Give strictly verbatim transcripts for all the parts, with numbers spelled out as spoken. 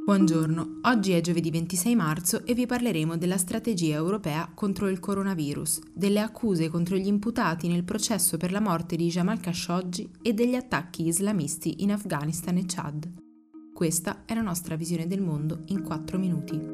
Buongiorno, oggi è giovedì ventisei marzo e vi parleremo della strategia europea contro il coronavirus, delle accuse contro gli imputati nel processo per la morte di Jamal Khashoggi e degli attacchi islamisti in Afghanistan e Chad. Questa è la nostra visione del mondo in quattro minuti.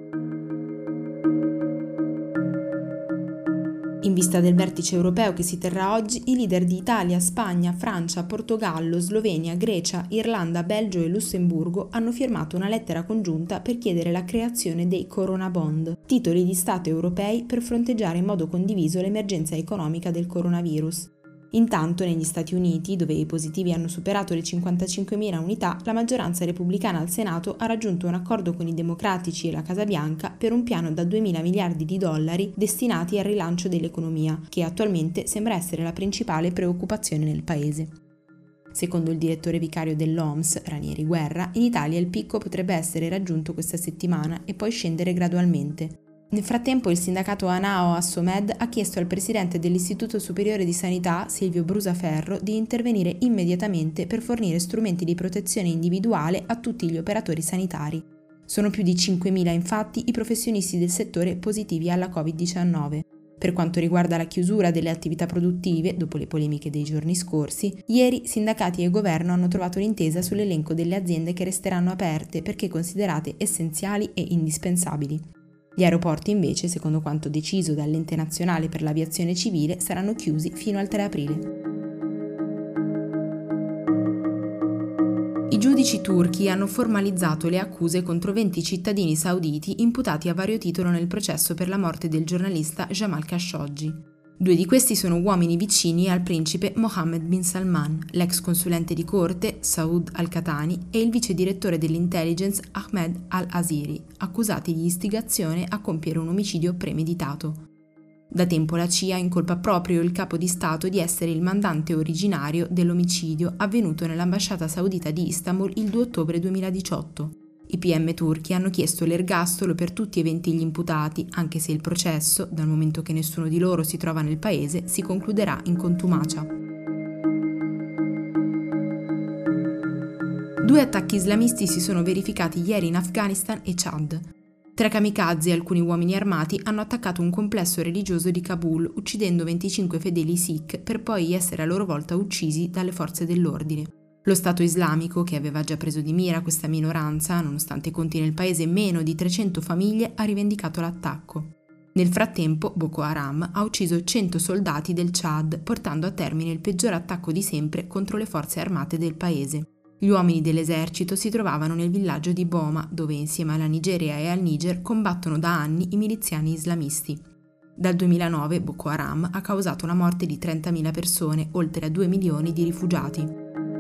In vista del vertice europeo che si terrà oggi, i leader di Italia, Spagna, Francia, Portogallo, Slovenia, Grecia, Irlanda, Belgio e Lussemburgo hanno firmato una lettera congiunta per chiedere la creazione dei Corona Bond, titoli di Stato europei per fronteggiare in modo condiviso l'emergenza economica del coronavirus. Intanto negli Stati Uniti, dove i positivi hanno superato le cinquantacinquemila unità, la maggioranza repubblicana al Senato ha raggiunto un accordo con i democratici e la Casa Bianca per un piano da duemila miliardi di dollari destinati al rilancio dell'economia, che attualmente sembra essere la principale preoccupazione nel paese. Secondo il direttore vicario dell'O M S, Ranieri Guerra, in Italia il picco potrebbe essere raggiunto questa settimana e poi scendere gradualmente. Nel frattempo il sindacato ANAO Assomed ha chiesto al presidente dell'Istituto Superiore di Sanità, Silvio Brusaferro, di intervenire immediatamente per fornire strumenti di protezione individuale a tutti gli operatori sanitari. Sono più di cinquemila infatti i professionisti del settore positivi alla covid diciannove. Per quanto riguarda la chiusura delle attività produttive, dopo le polemiche dei giorni scorsi, ieri sindacati e governo hanno trovato l'intesa sull'elenco delle aziende che resteranno aperte perché considerate essenziali e indispensabili. Gli aeroporti invece, secondo quanto deciso dall'Ente Nazionale per l'Aviazione Civile, saranno chiusi fino al tre aprile. I giudici turchi hanno formalizzato le accuse contro venti cittadini sauditi imputati a vario titolo nel processo per la morte del giornalista Jamal Khashoggi. Due di questi sono uomini vicini al principe Mohammed bin Salman, l'ex consulente di corte Saud al-Qahtani e il vice direttore dell'intelligence Ahmed al-Aziri, accusati di istigazione a compiere un omicidio premeditato. Da tempo la C I A incolpa proprio il capo di Stato di essere il mandante originario dell'omicidio avvenuto nell'ambasciata saudita di Istanbul il due ottobre duemiladiciotto. I P M turchi hanno chiesto l'ergastolo per tutti e venti gli imputati, anche se il processo, dal momento che nessuno di loro si trova nel paese, si concluderà in contumacia. Due attacchi islamisti si sono verificati ieri in Afghanistan e Chad. Tre kamikaze e alcuni uomini armati hanno attaccato un complesso religioso di Kabul, uccidendo venticinque fedeli sikh per poi essere a loro volta uccisi dalle forze dell'ordine. Lo Stato islamico, che aveva già preso di mira questa minoranza, nonostante conti nel paese meno di trecento famiglie, ha rivendicato l'attacco. Nel frattempo, Boko Haram ha ucciso cento soldati del Chad, portando a termine il peggior attacco di sempre contro le forze armate del paese. Gli uomini dell'esercito si trovavano nel villaggio di Boma, dove insieme alla Nigeria e al Niger combattono da anni i miliziani islamisti. Dal duemilanove Boko Haram ha causato la morte di trentamila persone, oltre a due milioni di rifugiati.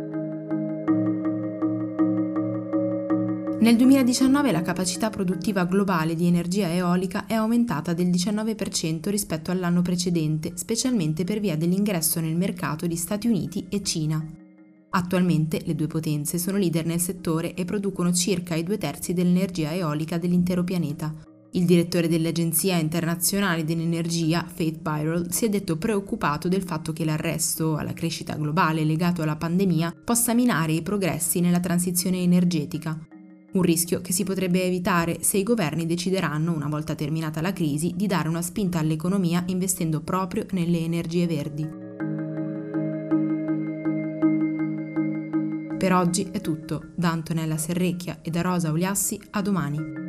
Nel duemiladiciannove la capacità produttiva globale di energia eolica è aumentata del diciannove per cento rispetto all'anno precedente, specialmente per via dell'ingresso nel mercato di Stati Uniti e Cina. Attualmente le due potenze sono leader nel settore e producono circa i due terzi dell'energia eolica dell'intero pianeta. Il direttore dell'Agenzia Internazionale dell'Energia, Faith Birol, si è detto preoccupato del fatto che l'arresto alla crescita globale legato alla pandemia possa minare i progressi nella transizione energetica. Un rischio che si potrebbe evitare se i governi decideranno, una volta terminata la crisi, di dare una spinta all'economia investendo proprio nelle energie verdi. Per oggi è tutto. Da Antonella Serrecchia e da Rosa Uliassi, a domani.